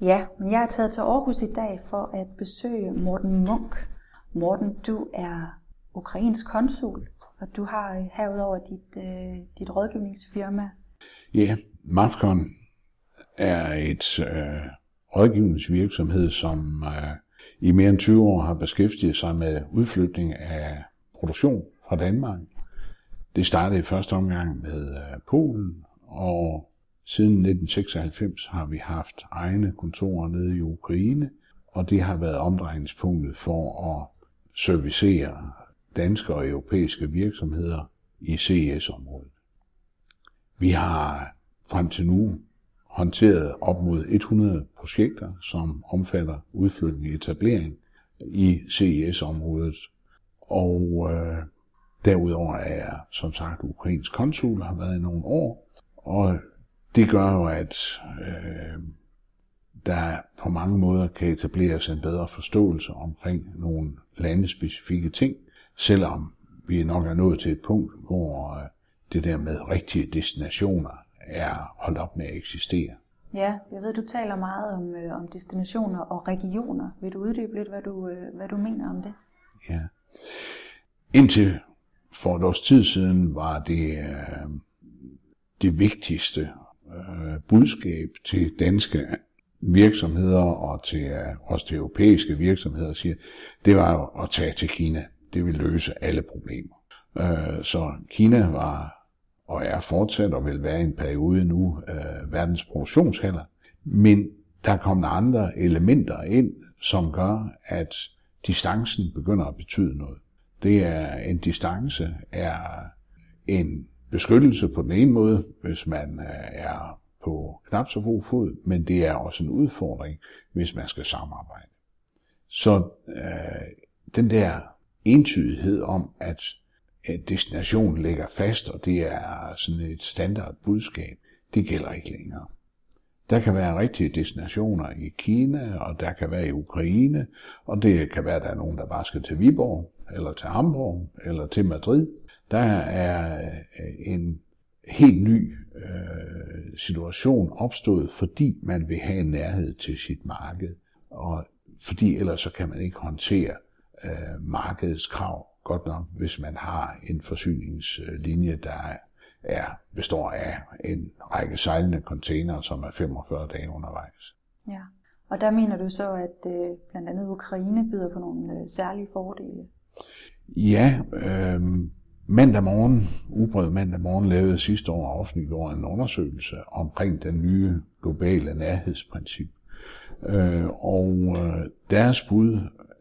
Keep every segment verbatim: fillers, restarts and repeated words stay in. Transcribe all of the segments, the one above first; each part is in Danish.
Ja, men jeg er taget til Aarhus i dag for at besøge Morten Munk. Morten, du er ukrainsk konsul, og du har herudover dit, øh, dit rådgivningsfirma. Ja, MAFCON er et øh, rådgivningsvirksomhed, som øh, i mere end tyve år har beskæftiget sig med udflytning af produktion fra Danmark. Det startede i første omgang med øh, Polen, og siden nitten seksoghalvfems har vi haft egne kontorer nede i Ukraine, og det har været omdrejningspunktet for at servicere danske og europæiske virksomheder i C I S-området. Vi har frem til nu håndteret op mod hundrede projekter, som omfatter udflytning og etablering i C I S-området, og øh, derudover er jeg som sagt ukrainsk konsul, har været i nogle år, og det gør jo, at øh, der på mange måder kan etableres en bedre forståelse omkring nogle landespecifikke ting, selvom vi nok er nået til et punkt, hvor øh, det der med rigtige destinationer er holdt op med at eksistere. Ja, jeg ved, du taler meget om, øh, om destinationer og regioner. Vil du uddybe lidt, hvad du, øh, hvad du mener om det? Ja. Indtil for et års tid siden var det øh, det vigtigste øh, budskab til danske virksomheder og til øh, også til europæiske virksomheder, siger, det var jo at tage til Kina. Det vil løse alle problemer. Øh, så Kina var og er fortsat og vil være i en periode nu øh, verdens produktionshaller. Men der kommer andre elementer ind, som gør, at distancen begynder at betyde noget. Det er en distance, er en beskyttelse på den ene måde, hvis man er på knap så god fod, men det er også en udfordring, hvis man skal samarbejde. Så øh, den der entydighed om, at destinationen ligger fast, og det er sådan et standard budskab, det gælder ikke længere. Der kan være rigtige destinationer i Kina, og der kan være i Ukraine, og det kan være, at der er nogen, der bare skal til Viborg, eller til Hamburg, eller til Madrid. Der er en helt ny øh, situation opstået, fordi man vil have en nærhed til sit marked, og fordi ellers så kan man ikke håndtere øh, markedets krav godt nok, hvis man har en forsyningslinje, der er, består af en række sejlende containere, som er femogfyrre dage undervejs. Ja, og der mener du så, at øh, blandt andet Ukraine byder på nogle øh, særlige fordele? Ja, øh, mandag morgen, Ugebrevet mandag morgen, lavede sidste år og offentliggjorde en undersøgelse omkring den nye globale nærhedsprincip. Øh, og øh, deres bud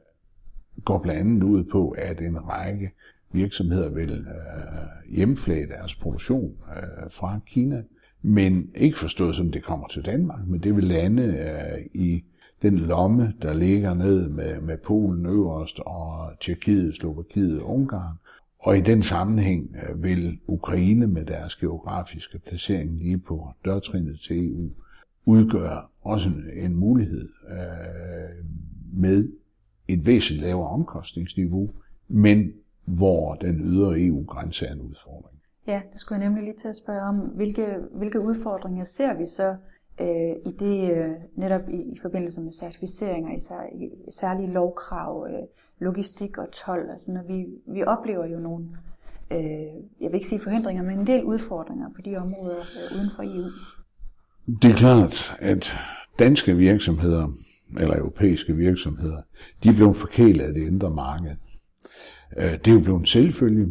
går blandt andet ud på, at en række virksomheder vil øh, hjemflage deres produktion øh, fra Kina, men ikke forstået som det kommer til Danmark, men det vil lande øh, i den lomme, der ligger ned med, med Polen øverst og Tjekkiet, Slovakiet og Ungarn. Og i den sammenhæng øh, vil Ukraine med deres geografiske placering lige på dørtrinnet til E U udgøre også en, en mulighed øh, med et væsentligt lavere omkostningsniveau, men hvor den ydre E U-grænse er en udfordring. Ja, det skulle jeg nemlig lige til at spørge om. Hvilke, hvilke udfordringer ser vi så øh, i det øh, netop i, i forbindelse med certificeringer, i, i særlige lovkrav, øh, logistik og told? Altså når vi, vi oplever jo nogle, øh, jeg vil ikke sige forhindringer, men en del udfordringer på de områder øh, uden for E U. Det er klart, at danske virksomheder eller europæiske virksomheder, de er blevet forkælet af det indre marked. Det er jo blevet en selvfølge.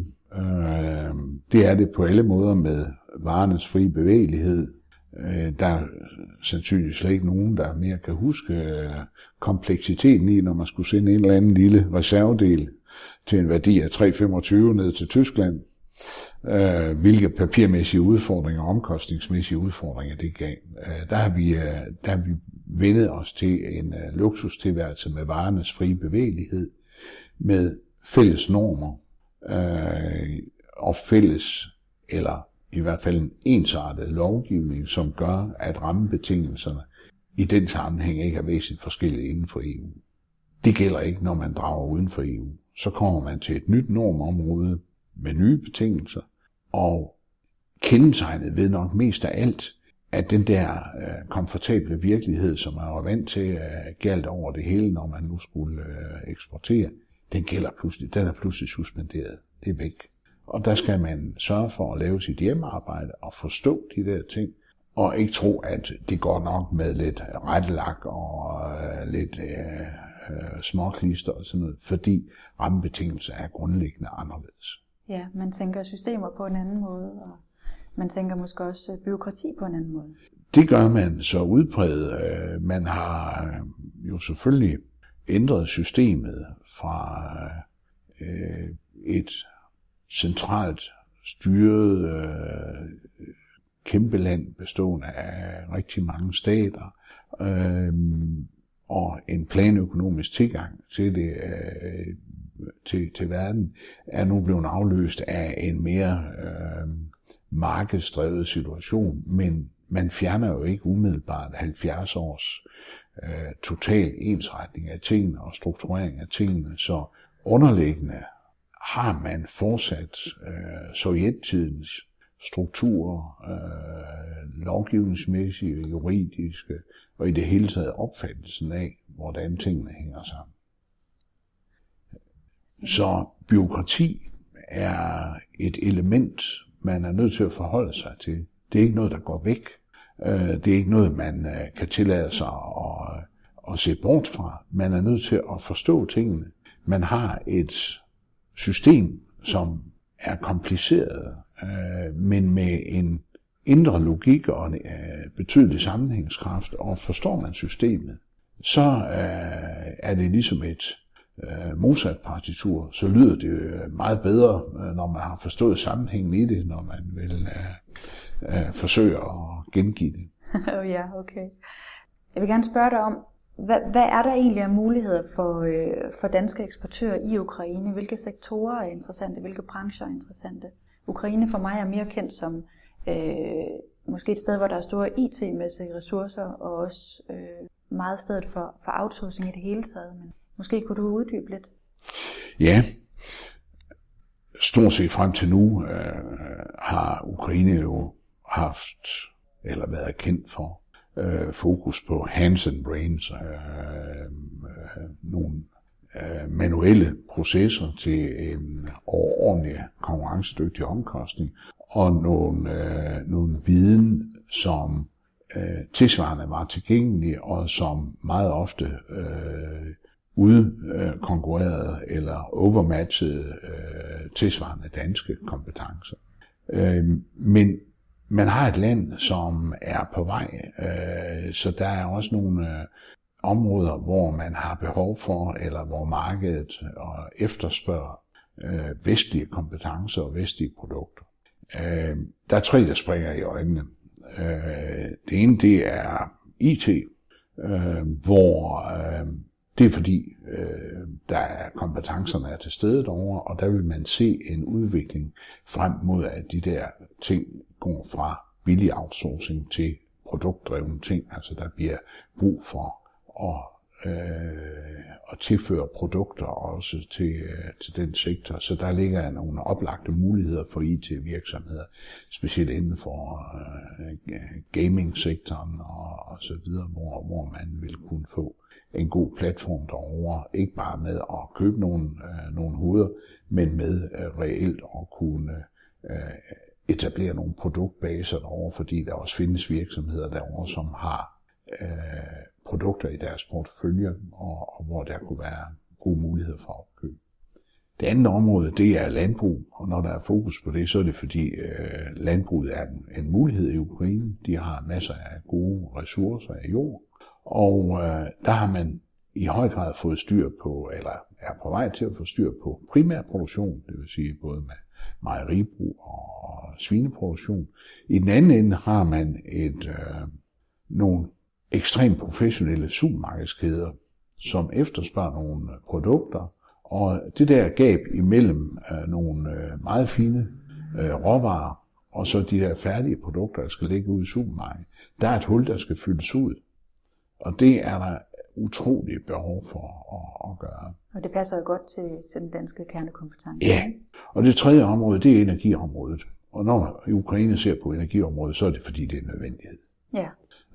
Det er det på alle måder med varernes frie bevægelighed. Der er sandsynligvis slet ikke nogen, der mere kan huske kompleksiteten i, når man skulle sende en eller anden lille reservedel til en værdi af tre komma femogtyve ned til Tyskland. Hvilke papirmæssige udfordringer og omkostningsmæssige udfordringer det gav. Der har vi, der har vi vendet os til en luksustilværelse med varernes frie bevægelighed, med fælles normer øh, og fælles, eller i hvert fald en ensartet lovgivning, som gør, at rammebetingelserne i den sammenhæng ikke er væsentligt forskellige inden for E U. Det gælder ikke, når man drager uden for E U. Så kommer man til et nyt normområde med nye betingelser, og kendetegnet ved nok mest af alt at den der øh, komfortable virkelighed, som man var vant til, øh, galt over det hele, når man nu skulle øh, eksportere, den gælder pludselig, den er pludselig suspenderet. Det er væk. Og der skal man sørge for at lave sit hjemmearbejde og forstå de der ting, og ikke tro, at det går nok med lidt rettelak og øh, lidt øh, øh, småklister og sådan noget, fordi rammebetingelser er grundlæggende anderledes. Ja, man tænker systemer på en anden måde, og man tænker måske også byråkrati på en anden måde. Det gør man så udpræget. Man har jo selvfølgelig ændret systemet fra et centralt styret kæmpe land bestående af rigtig mange stater og en planøkonomisk tilgang til det til, til verden er nu blevet afløst af en mere øh, markedsdrevet situation, men man fjerner jo ikke umiddelbart halvfjerds års øh, total ensretning af tingene og strukturering af tingene, så underliggende har man fortsat øh, sovjettidens strukturer, øh, lovgivningsmæssige, juridiske og i det hele taget opfattelsen af, hvordan tingene hænger sammen. Så byråkrati er et element, man er nødt til at forholde sig til. Det er ikke noget, der går væk. Det er ikke noget, man kan tillade sig at, at se bort fra. Man er nødt til at forstå tingene. Man har et system, som er kompliceret, men med en indre logik og en betydelig sammenhængskraft, og forstår man systemet, så er det ligesom et Mozart-partitur, så lyder det meget bedre, når man har forstået sammenhængen i det, når man vil uh, uh, forsøge at gengive det. Ja, okay. Jeg vil gerne spørge dig om, hvad, hvad er der egentlig af muligheder for, øh, for danske eksportører i Ukraine? Hvilke sektorer er interessante? Hvilke brancher er interessante? Ukraine for mig er mere kendt som øh, måske et sted, hvor der er store I T-mæssige ressourcer, og også øh, meget stedet for, for outsourcing i det hele taget, men måske kunne du uddybe lidt? Ja, stort set frem til nu øh, har Ukraine jo haft, eller været kendt for, øh, fokus på hands and brains, øh, øh, nogle øh, manuelle processer til en ordentlig konkurrencedygtig omkostning, og nogle, øh, nogle viden, som øh, tilsvarende var tilgængelige, og som meget ofte øh, udkonkurrerede eller overmatchede øh, tilsvarende danske kompetencer. Øh, men man har et land, som er på vej, øh, så der er også nogle øh, områder, hvor man har behov for, eller hvor markedet og efterspørger øh, vestlige kompetencer og vestlige produkter. Øh, der er tre, der springer i øjnene. Øh, det ene, det er I T, øh, hvor øh, det er fordi, øh, der er kompetencerne er til stede derovre, og der vil man se en udvikling frem mod, at de der ting går fra billig outsourcing til produktdrevne ting. Altså der bliver brug for at, øh, at tilføre produkter også til, øh, til den sektor. Så der ligger nogle oplagte muligheder for I T-virksomheder, specielt inden for øh, gaming-sektoren og, og så videre, hvor, hvor man vil kunne få en god platform derovre, ikke bare med at købe nogle, øh, nogle hoveder, men med øh, reelt at kunne øh, etablere nogle produktbaser derovre, fordi der også findes virksomheder derovre, som har øh, produkter i deres portefølje, og, og hvor der kunne være gode muligheder for opkøb. Det andet område, det er landbrug, og når der er fokus på det, så er det fordi øh, landbruget er en, en mulighed i Ukraine. De har masser af gode ressourcer af jord, og øh, der har man i høj grad fået styr på, eller er på vej til at få styr på primærproduktion, det vil sige både med mejeribrug og svineproduktion. I den anden ende har man et, øh, nogle ekstremt professionelle supermarkedskæder, som efterspørger nogle produkter, og det der gab imellem øh, nogle øh, meget fine øh, råvarer, og så de der færdige produkter, der skal ligge ude i supermarkedet, der er et hul, der skal fyldes ud. Og det er der utrolig behov for at, at gøre. Og det passer jo godt til, til den danske kernekompetence. Ja, og det tredje område, det er energiområdet. Og når Ukraine ser på energiområdet, så er det fordi, det er en nødvendighed.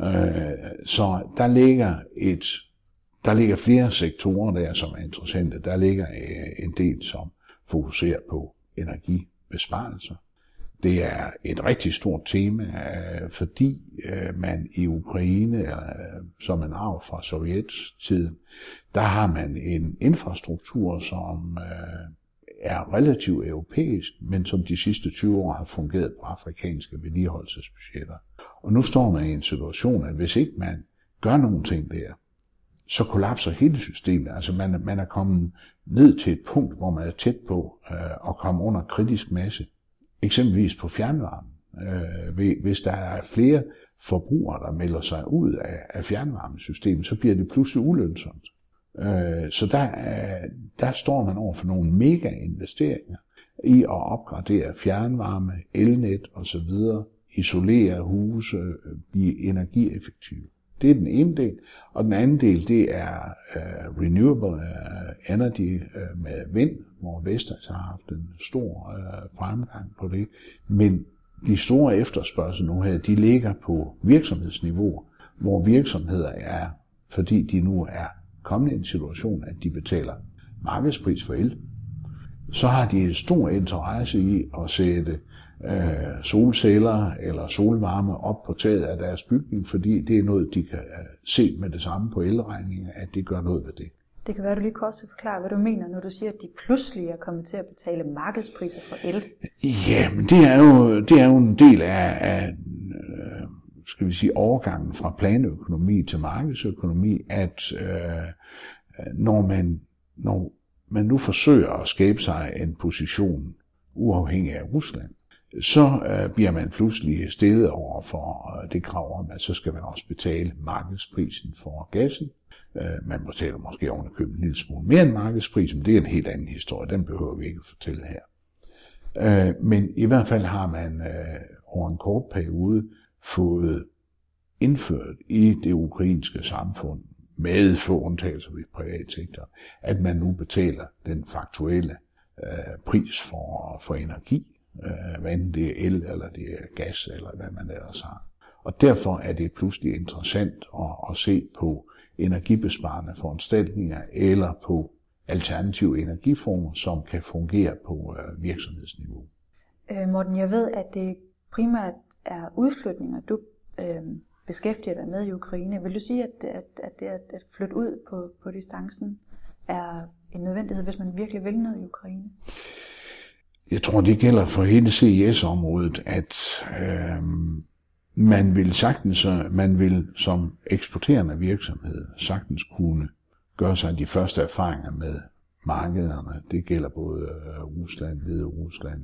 Så der ligger, et, der ligger flere sektorer der, som er interessante. Der ligger en del, som fokuserer på energibesparelser. Det er et rigtig stort tema, fordi man i Ukraine, som en arv fra sovjettiden, der har man en infrastruktur, som er relativt europæisk, men som de sidste tyve år har fungeret på afrikanske vedligeholdelsesbudgetter. Og nu står man i en situation, at hvis ikke man gør nogen ting der, så kollapser hele systemet. Altså man, man er kommet ned til et punkt, hvor man er tæt på øh, at komme under kritisk masse. Eksempelvis på fjernvarme. Øh, hvis der er flere forbrugere, der melder sig ud af, af fjernvarmesystemet, så bliver det pludselig ulønsomt. Øh, så der, der står man over for nogle mega investeringer i at opgradere fjernvarme, elnet osv., isolere huse, blive energieffektive. Det er den ene del. Og den anden del, det er uh, renewable uh, energy uh, med vind, hvor Vestas har haft en stor uh, fremgang på det. Men de store efterspørgsel nu her, de ligger på virksomhedsniveau, hvor virksomheder er, fordi de nu er kommet i en situation, at de betaler markedspris for el, så har de en stor interesse i at sætte øh, solceller eller solvarme op på taget af deres bygning, fordi det er noget, de kan se med det samme på elregningen, at det gør noget ved det. Det kan være, at du lige kort skal forklare, hvad du mener, når du siger, at de pludselig er kommet til at betale markedspriser for el. Ja, men det er jo, det er jo en del af, af skal vi sige, overgangen fra planøkonomi til markedsøkonomi, at øh, når man når man nu forsøger at skabe sig en position uafhængig af Rusland, så øh, bliver man pludselig stillet over for øh, det krav om, at så skal man også betale markedsprisen for gassen. Øh, man betaler måske ovenikøbet en lille smule mere end markedsprisen, men det er en helt anden historie, den behøver vi ikke at fortælle her. Øh, men i hvert fald har man øh, over en kort periode fået indført i det ukrainske samfund, med få undtagelser ved privatsektoren, at man nu betaler den faktuelle øh, pris for, for energi, øh, hvad enten det er el, eller det er gas, eller hvad man ellers har. Og derfor er det pludselig interessant at, at se på energibesparende foranstaltninger, eller på alternative energiformer, som kan fungere på øh, virksomhedsniveau. Øh, Morten, jeg ved, at det primært er udflytninger, du øh, beskæftiger dig med i Ukraine. Vil du sige, at, at, at det at flytte ud på, på distancen er en nødvendighed, hvis man virkelig vil noget i Ukraine? Jeg tror, det gælder for hele C I S-området, at øh, man vil sagtens, man vil som eksporterende virksomhed sagtens kunne gøre sig de første erfaringer med markederne. Det gælder både Rusland, Hvide Rusland,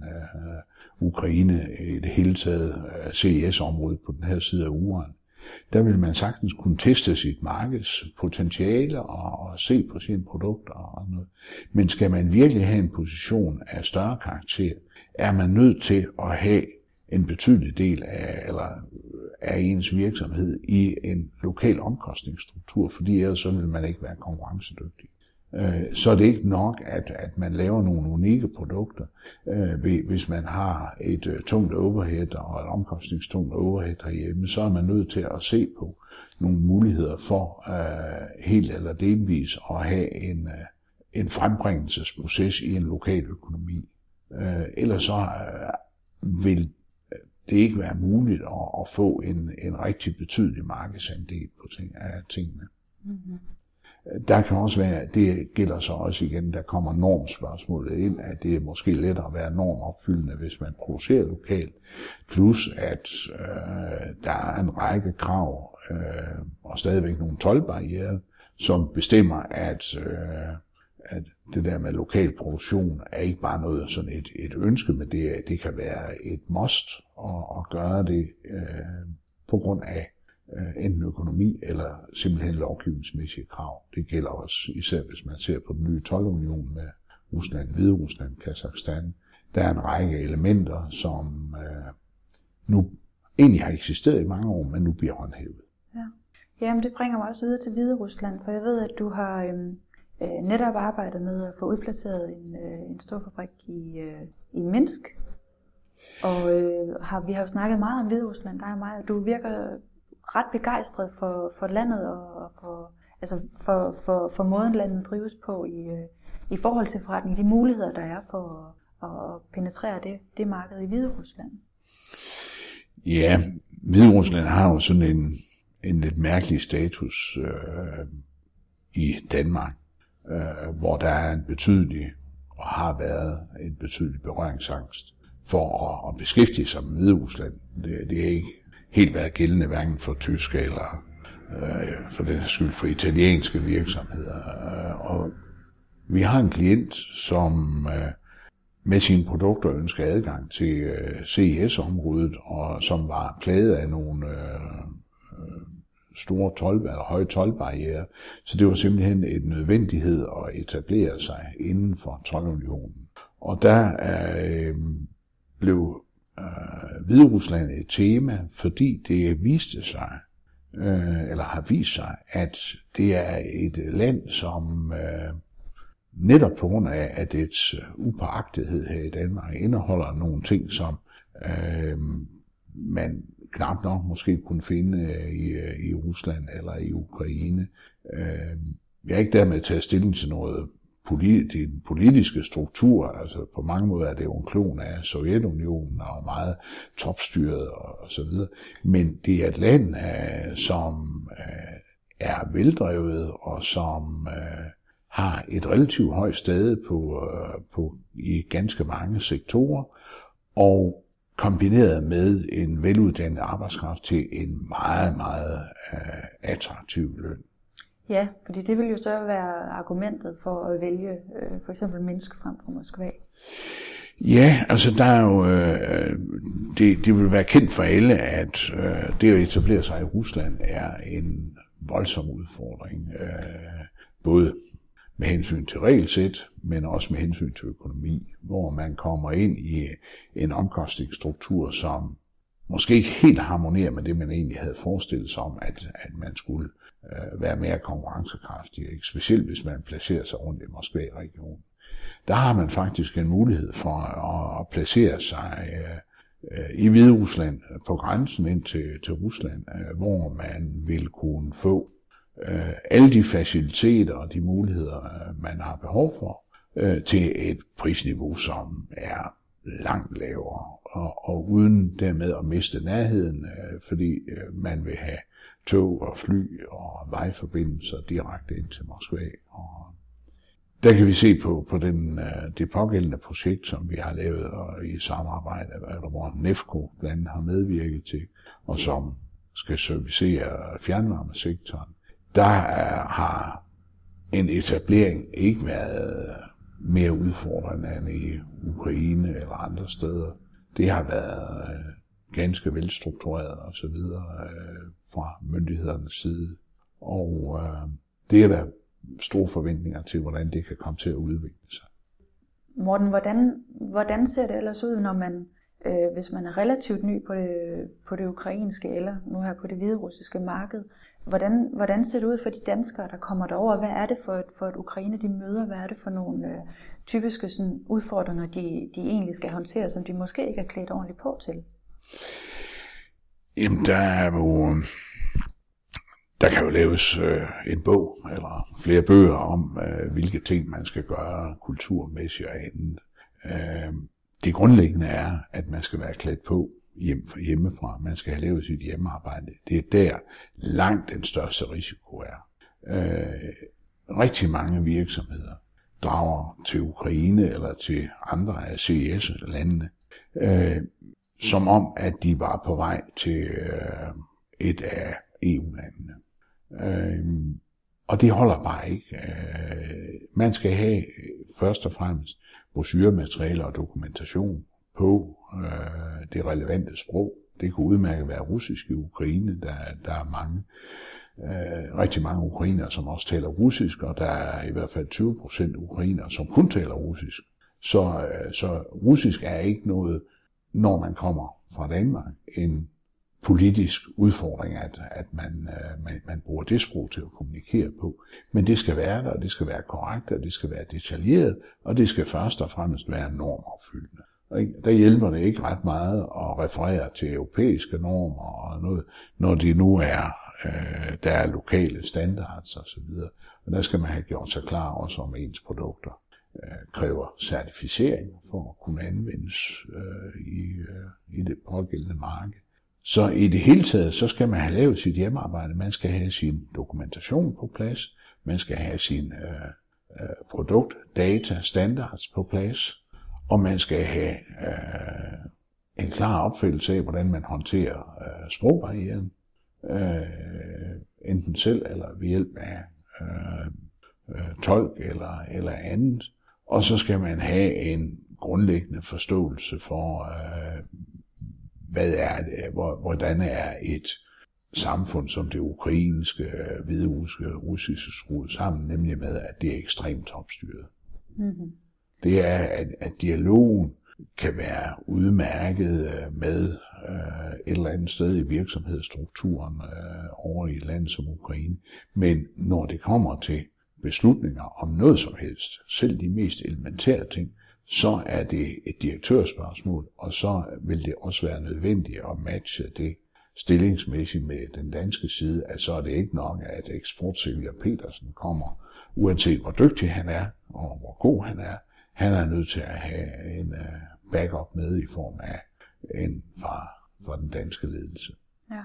Ukraine, i det hele taget C I S-området på den her side af uren. Der vil man sagtens kunne teste sit markedspotentiale og, og se på sine produkter og noget. Men skal man virkelig have en position af større karakter, er man nødt til at have en betydelig del af, eller af ens virksomhed i en lokal omkostningsstruktur, fordi ellers så vil man ikke være konkurrencedygtig. Så er det ikke nok, at, at man laver nogle unikke produkter, hvis man har et tungt overhead og et omkostningstungt overhead herhjemme, så er man nødt til at se på nogle muligheder for uh, helt eller delvis at have en, uh, en frembringelsesproces i en lokal økonomi. Uh, ellers så uh, vil det ikke være muligt at, at få en, en rigtig betydelig markedsandel på ting, af tingene. Mm-hmm. Der kan også være, det gælder så også igen, der kommer normspørgsmålet ind, at det er måske lettere at være normopfyldende, hvis man producerer lokalt, plus at øh, der er en række krav øh, og stadigvæk nogle toldbarrierer, som bestemmer, at, øh, at det der med lokal produktion er ikke bare noget sådan et, et ønske, men det, det kan være et must at, at gøre det øh, på grund af enten økonomi eller simpelthen lovgivningsmæssige krav. Det gælder også især, hvis man ser på den nye toldunion med Rusland, Hvide Rusland, Kazakhstan. Der er en række elementer, som øh, nu egentlig har eksisteret i mange år, men nu bliver håndhævet. Ja. Jamen, det bringer mig også videre til Hvide Rusland, for jeg ved, at du har øh, netop arbejdet med at få udplaceret en, øh, en stor fabrik i, øh, i Minsk. Og øh, har, vi har jo snakket meget om Hvide Rusland, dig og mig, og du virker ret begejstret for, for landet og for, altså for, for, for måden landet drives på i, i forhold til forretning, de muligheder, der er for at penetrere det, det marked i Hviderusland. Ja, Hviderusland har jo sådan en, en lidt mærkelig status øh, i Danmark, øh, hvor der er en betydelig, og har været en betydelig berøringsangst for at, at beskæftige sig med Hviderusland. Det, det er ikke helt været gældende hverken for tyske eller øh, for den skyld for italienske virksomheder. Og vi har en klient, som øh, med sine produkter ønsker adgang til øh, C I S-området, og som var plaget af nogle øh, store tolv, eller høje toldbarrierer. Så det var simpelthen en nødvendighed at etablere sig inden for toldunionen. Og der øh, blev øh, Hviderusland et tema, fordi det viste sig, øh, eller har vist sig, at det er et land, som øh, netop på grund af, at dets upåagtethed her i Danmark indeholder nogle ting, som øh, man knap nok måske kunne finde i, i Rusland eller i Ukraine. Øh, jeg er ikke dermed taget stilling til noget politi- den politiske struktur. Altså på mange måder er det jo en klon af Sovjetunionen og meget topstyret og, og så videre. Men det er et land, øh, som øh, er veldrevet og som øh, har et relativt højt stade på, øh, på, i ganske mange sektorer, og kombineret med en veluddannet arbejdskraft til en meget, meget øh, attraktiv løn. Ja, fordi det vil jo så være argumentet for at vælge øh, for eksempel Minsk frem for Moskva. Ja, altså der er jo, øh, det, det vil være kendt for alle, at øh, det at etablere sig i Rusland er en voldsom udfordring, øh, både med hensyn til regelsæt, men også med hensyn til økonomi, hvor man kommer ind i en omkostningsstruktur, som måske ikke helt harmonerer med det, man egentlig havde forestillet sig om, at, at man skulle øh, være mere konkurrencekraftig, ikke? Specielt hvis man placerer sig rundt i Moskva-regionen. Der har man faktisk en mulighed for at, at placere sig øh, i Hviderusland på grænsen ind til, til Rusland, øh, hvor man vil kunne få øh, alle de faciliteter og de muligheder, øh, man har behov for, øh, til et prisniveau, som er langt lavere, og, og uden dermed at miste nærheden, øh, fordi øh, man vil have tog og fly og vejforbindelser direkte ind til Moskva. Og der kan vi se på, på den, det pågældende projekt, som vi har lavet og i samarbejde, hvor Nefco blandt andet har medvirket til, og som skal servicere fjernvarmesektoren. Der er, har en etablering ikke været mere udfordrende end i Ukraine eller andre steder. Det har været ganske velstruktureret og så videre øh, fra myndighedernes side. Og øh, det er der store forventninger til, hvordan det kan komme til at udvikle sig. Morten, hvordan, hvordan ser det ellers ud, når man, øh, hvis man er relativt ny på det, på det ukrainske eller nu her på det hviderussiske marked, hvordan, hvordan ser det ud for de danskere, der kommer derover? Hvad er det for et, for et Ukraine, de møder? Hvad er det for nogle øh, typiske sådan, udfordringer, de, de egentlig skal håndtere, som de måske ikke er klædt ordentligt på til? Jamen, der er jo, der kan jo laves øh, en bog, eller flere bøger om, øh, hvilke ting man skal gøre kulturmæssigt og andet. Øh, det grundlæggende er, at man skal være klædt på hjem, hjemmefra. Man skal have lavet sit hjemmearbejde. Det er der langt den største risiko er. Øh, rigtig mange virksomheder drager til Ukraine eller til andre af C I S-landene, øh, som om, at de var på vej til øh, et af E U-landene. Øh, og det holder bare ikke. Øh, man skal have først og fremmest brochure-materialer og dokumentation på øh, det relevante sprog. Det kan udmærket være russisk i Ukraine. Der, der er mange, øh, rigtig mange ukrainere, som også taler russisk, og der er i hvert fald tyve procent ukrainere, som kun taler russisk. Så, øh, så russisk er ikke noget, når man kommer fra Danmark, en politisk udfordring, at, at man, øh, man, man bruger det sprog til at kommunikere på. Men det skal være der, og det skal være korrekt, og det skal være detaljeret, og det skal først og fremmest være normopfyldende. Der hjælper det ikke ret meget at referere til europæiske normer og noget, når det nu er, øh, der er lokale standards og så videre. Og der skal man have gjort sig klar også om ens produkter øh, kræver certificering for at kunne anvendes øh, i, øh, i det pågældende marked. Så i det hele taget, så skal man have lavet sit hjemmearbejde. Man skal have sin dokumentation på plads. Man skal have sin øh, øh, produkt, data, standards på plads. Og man skal have øh, en klar opfattelse af, hvordan man håndterer øh, sprogbarrieren. Øh, enten selv eller ved hjælp af øh, øh, tolk eller, eller andet. Og så skal man have en grundlæggende forståelse for, øh, hvad er det, hvordan er et samfund som det ukrainske, hviderussiske, russiske skruet sammen, nemlig med, at det er ekstremt topstyret. Mm-hmm. Det er, at, at dialogen kan være udmærket med øh, et eller andet sted i virksomhedsstrukturen øh, over i et land som Ukraine. Men når det kommer til beslutninger om noget som helst, selv de mest elementære ting, så er det et direktørspørgsmål, og så vil det også være nødvendigt at matche det stillingsmæssigt med den danske side, at så er det ikke nok, at eksportsælger Petersen kommer, uanset hvor dygtig han er, og hvor god han er, han er nødt til at have en backup med i form af en fra, fra den danske ledelse. Ja,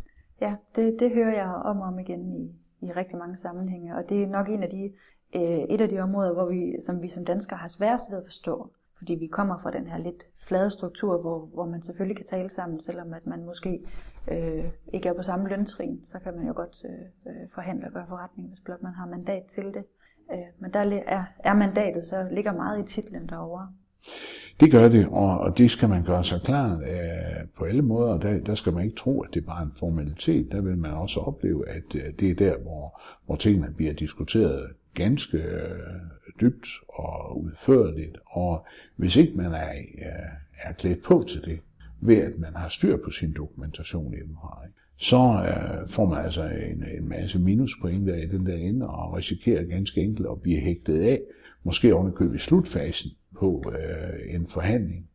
ja det, det hører jeg om og om igen i, i rigtig mange sammenhænge, og det er nok en af de, øh, et af de områder, hvor vi, som vi som danskere har sværest ved at forstå, fordi vi kommer fra den her lidt flade struktur, hvor, hvor man selvfølgelig kan tale sammen, selvom at man måske øh, ikke er på samme løntrin, så kan man jo godt øh, forhandle og gøre forretning, hvis blot man har mandat til det. Øh, men der er, er mandatet, så ligger meget i titlen derovre. Det gør det, og, og det skal man gøre sig klart øh, på alle måder. Der, der skal man ikke tro, at det bare er en formalitet. Der vil man også opleve, at øh, det er der, hvor, hvor tingene bliver diskuteret ganske øh, dybt og udførligt. Og hvis ikke man er, øh, er klædt på til det, ved at man har styr på sin dokumentation hjemmefra, så øh, får man altså en, en masse minuspoint der i den der ende, og risikerer ganske enkelt at blive hægtet af, måske ovenikøbet i slutfasen på øh, en forhandling.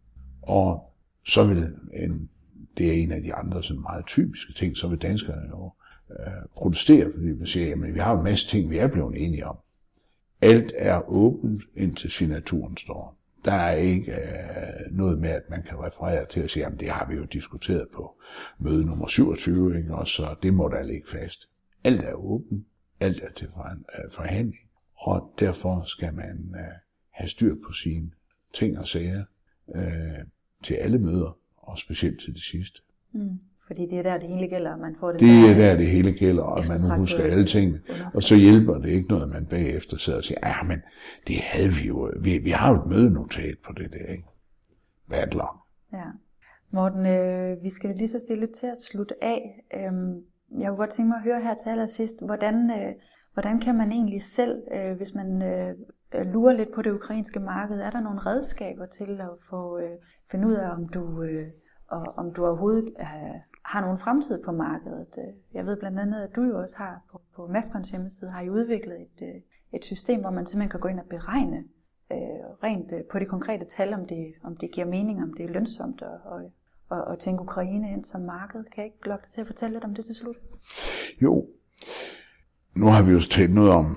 Og så vil, en, det er en af de andre sådan meget typiske ting, så vil danskerne jo øh, protestere, fordi man siger, jamen vi har en masse ting, vi er blevet enige om. Alt er åbent, indtil signaturen står. Der er ikke øh, noget med, at man kan referere til at sige, jamen det har vi jo diskuteret på møde nummer syvogtyve, ikke? Og så det må der ligge fast. Alt er åbent, alt er til forhandling, og derfor skal man øh, have styr på sine ting og sager øh, til alle møder, og specielt til det sidste. Mm. Fordi det er der, det hele gælder, man får det. Det er der, det hele gælder, og man nu husker alle tingene. Og så hjælper det ikke noget, at man bagefter sidder og siger, ja, men det havde vi jo, vi, vi har jo et mødenotat på det der, ikke? Bad luck. Ja. Morten, øh, vi skal lige så stille til at slutte af. Øhm, jeg kunne godt tænke mig at høre her til allersidst, hvordan, øh, hvordan kan man egentlig selv, øh, hvis man øh, lurer lidt på det ukrainske marked, er der nogle redskaber til at få øh, finde ud af, om du, øh, og, om du overhovedet øh, har nogen fremtid på markedet. Jeg ved blandt andet, at du jo også har på, på MEFCONs hjemmeside, har I udviklet et, et system, hvor man simpelthen kan gå ind og beregne øh, rent på det konkrete tal, om det, om det giver mening, om det er lønsomt at, og, og, og tænke Ukraine ind som marked. Kan jeg ikke lokke dig til at fortælle lidt om det til slut? Jo. Nu har vi jo talt noget om,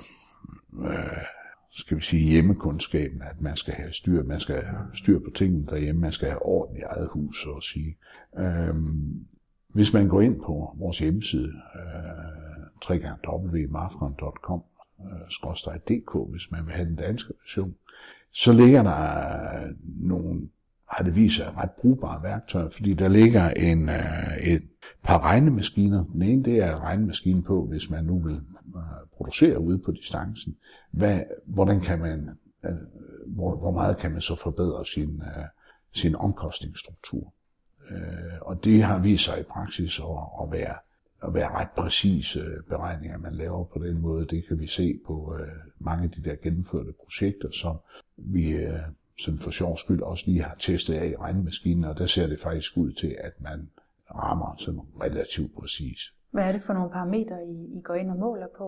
øh, skal vi sige, hjemmekundskaben, at man skal have styr, man skal have styr på tingene derhjemme, man skal have orden i eget hus, så at sige. Øh, Hvis man går ind på vores hjemmeside, øh, w w w punktum mafcon punktum com skråstreg d k, hvis man vil have den danske version, så ligger der nogle, har det vist sig, ret brugbare værktøjer, fordi der ligger en, øh, et par regnemaskiner. Den ene, det er regnemaskinen på, hvis man nu vil øh, producere ude på distancen. Hvad, hvordan kan man, øh, hvor, hvor meget kan man så forbedre sin, øh, sin omkostningsstruktur? Øh, og det har vist sig i praksis at, at, være, at være ret præcise beregninger, man laver på den måde. Det kan vi se på øh, mange af de der gennemførte projekter, som vi øh, sådan for sjov skyld også lige har testet af i regnemaskinen, og der ser det faktisk ud til, at man rammer sådan relativt præcis. Hvad er det for nogle parametre, I, I går ind og måler på?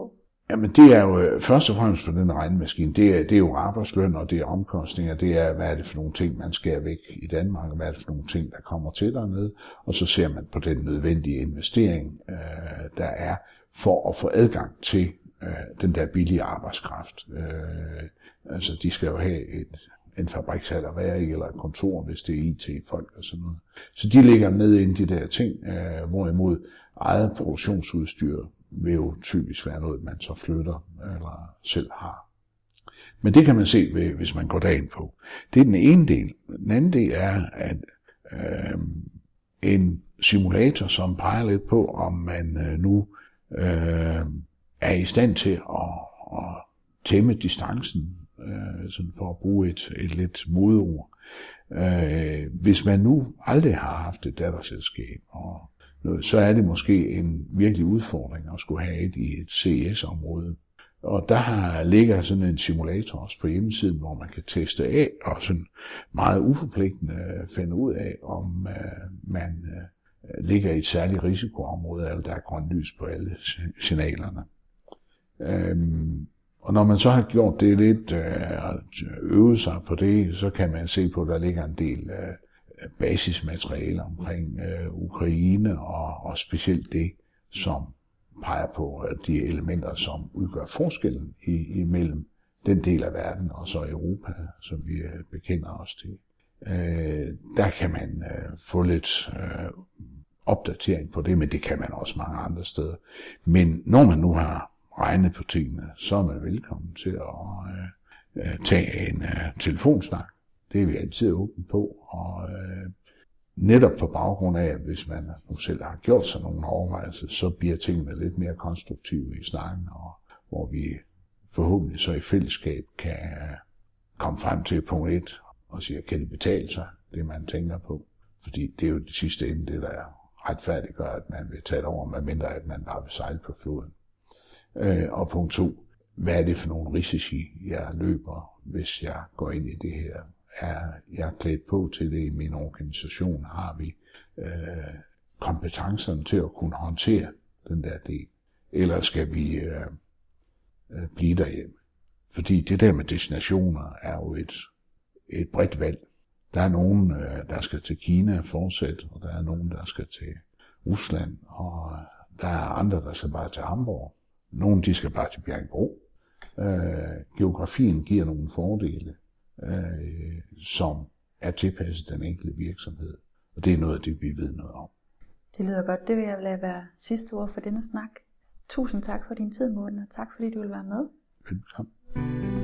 Jamen det er jo først og fremmest på den regnemaskine, det er, det er jo arbejdsløn, og det er omkostninger, det er, hvad er det for nogle ting, man skærer væk i Danmark, og hvad er det for nogle ting, der kommer til dernede, og så ser man på den nødvendige investering, øh, der er for at få adgang til øh, den der billige arbejdskraft. Øh, altså de skal jo have et, en fabrikshal at være i, eller et kontor, hvis det er I T-folk og sådan noget. Så de ligger med ind i de der ting, øh, hvorimod eget produktionsudstyr vil jo typisk være noget, man så flytter eller selv har. Men det kan man se, hvis man går derind på. Det er den ene del. Den anden del er, at øh, en simulator, som peger lidt på, om man øh, nu øh, er i stand til at, at tæmme distancen, øh, sådan for at bruge et, et lidt modord. Øh, hvis man nu aldrig har haft et datterselskab, og noget, så er det måske en virkelig udfordring at skulle have et i et C S-område. Og der har, ligger sådan en simulator også på hjemmesiden, hvor man kan teste af og sådan meget uforpligtende finde ud af, om øh, man øh, ligger i et særligt risikoområde, eller der er grønt lys på alle signalerne. Øhm, og når man så har gjort det lidt og øh, øvet sig på det, så kan man se på, at der ligger en del øh, basismateriale omkring øh, Ukraine, og, og specielt det, som peger på de elementer, som udgør forskellen i, imellem den del af verden og så Europa, som vi øh, bekender os til. Øh, der kan man øh, få lidt øh, opdatering på det, men det kan man også mange andre steder. Men når man nu har regnet på tingene, så er man velkommen til at øh, tage en øh, telefonsnak. Det er vi altid åbne på, og øh, netop på baggrund af, at hvis man nu selv har gjort sig nogle overvejelser, så bliver tingene lidt mere konstruktive i snakken, og hvor vi forhåbentlig så i fællesskab kan komme frem til punkt et og sige, kan det betale sig, det man tænker på. Fordi det er jo det sidste ende, det der retfærdiggør, at man vil tage det over, medmindre at man bare vil sejle på floden. Øh, og punkt to, hvad er det for nogle risici, jeg løber, hvis jeg går ind i det her? Er jeg klædt på til det i min organisation? Har vi øh, kompetencerne til at kunne håndtere den der del? Eller skal vi øh, øh, blive derhjemme? Fordi det der med destinationer er jo et, et bredt valg. Der er nogen, øh, der skal til Kina fortsat, og der er nogen, der skal til Rusland, og der er andre, der skal bare til Hamburg. Nogle, de skal bare til Bjerringbro. Øh, geografien giver nogle fordele, øh, som er tilpasset den enkelte virksomhed. Og det er noget af det, vi ved noget om. Det lyder godt. Det vil jeg lade være sidste ord for denne snak. Tusind tak for din tid, Morten, og tak fordi du vil være med. Velkommen.